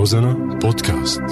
روزانا بودكاست.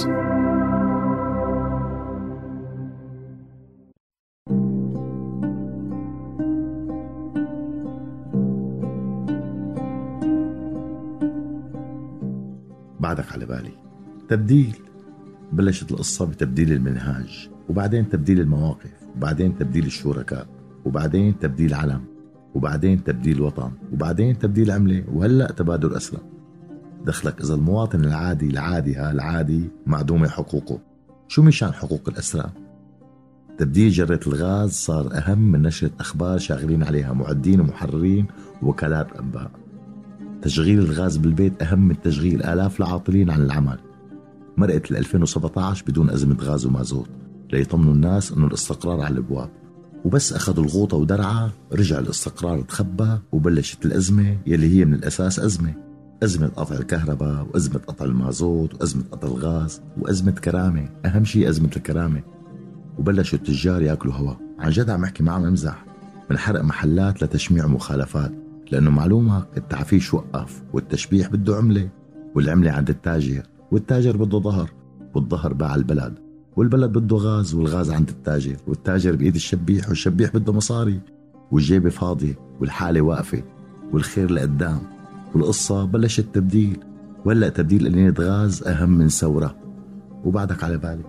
بعدك على بالي تبديل. بلشت القصة بتبديل المنهاج، وبعدين تبديل المواقف، وبعدين تبديل الشركاء، وبعدين تبديل علم، وبعدين تبديل وطن، وبعدين تبديل عملة، وهلأ تبادل أسرى. دخلك إذا المواطن العادي معدومة حقوقه. شو مشان حقوق الأسرى؟ تبديل جرة الغاز صار أهم من نشرة أخبار شاغلين عليها معدين ومحررين ووكالات أنباء. تشغيل الغاز بالبيت أهم من تشغيل آلاف العاطلين عن العمل. مرقت 2017 بدون أزمة غاز ومازوت ليطمنوا الناس أنه الاستقرار على الأبواب، وبس أخذوا الغوطة ودرعة رجع الاستقرار تخبى، وبلشت الأزمة يلي هي من الأساس أزمة قطع الكهرباء، وأزمة قطع المازوت، وأزمة قطع الغاز، وأزمة كرامة. أهم شيء أزمة الكرامة. وبلشوا التجار يأكلوا هوا. عن جد عم أحكي معهم امزح. من حرق محلات لتشميع مخالفات، لأنه معلومة التعفيش وقف، والتشبيح بده عملة، والعملة عند التاجر، والتاجر بده ظهر، والظهر باع البلد، والبلد بده غاز، والغاز عند التاجر، والتاجر بإيد الشبيح، والشبيح بده مصاري، والجيبة فاضية، والحالة واقفة، والخير لقدام. والقصة بلشت تبديل، ولا تبديل قليلة غاز أهم من ثورة. وبعدك على بالي.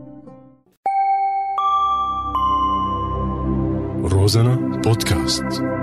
روزانا بودكاست.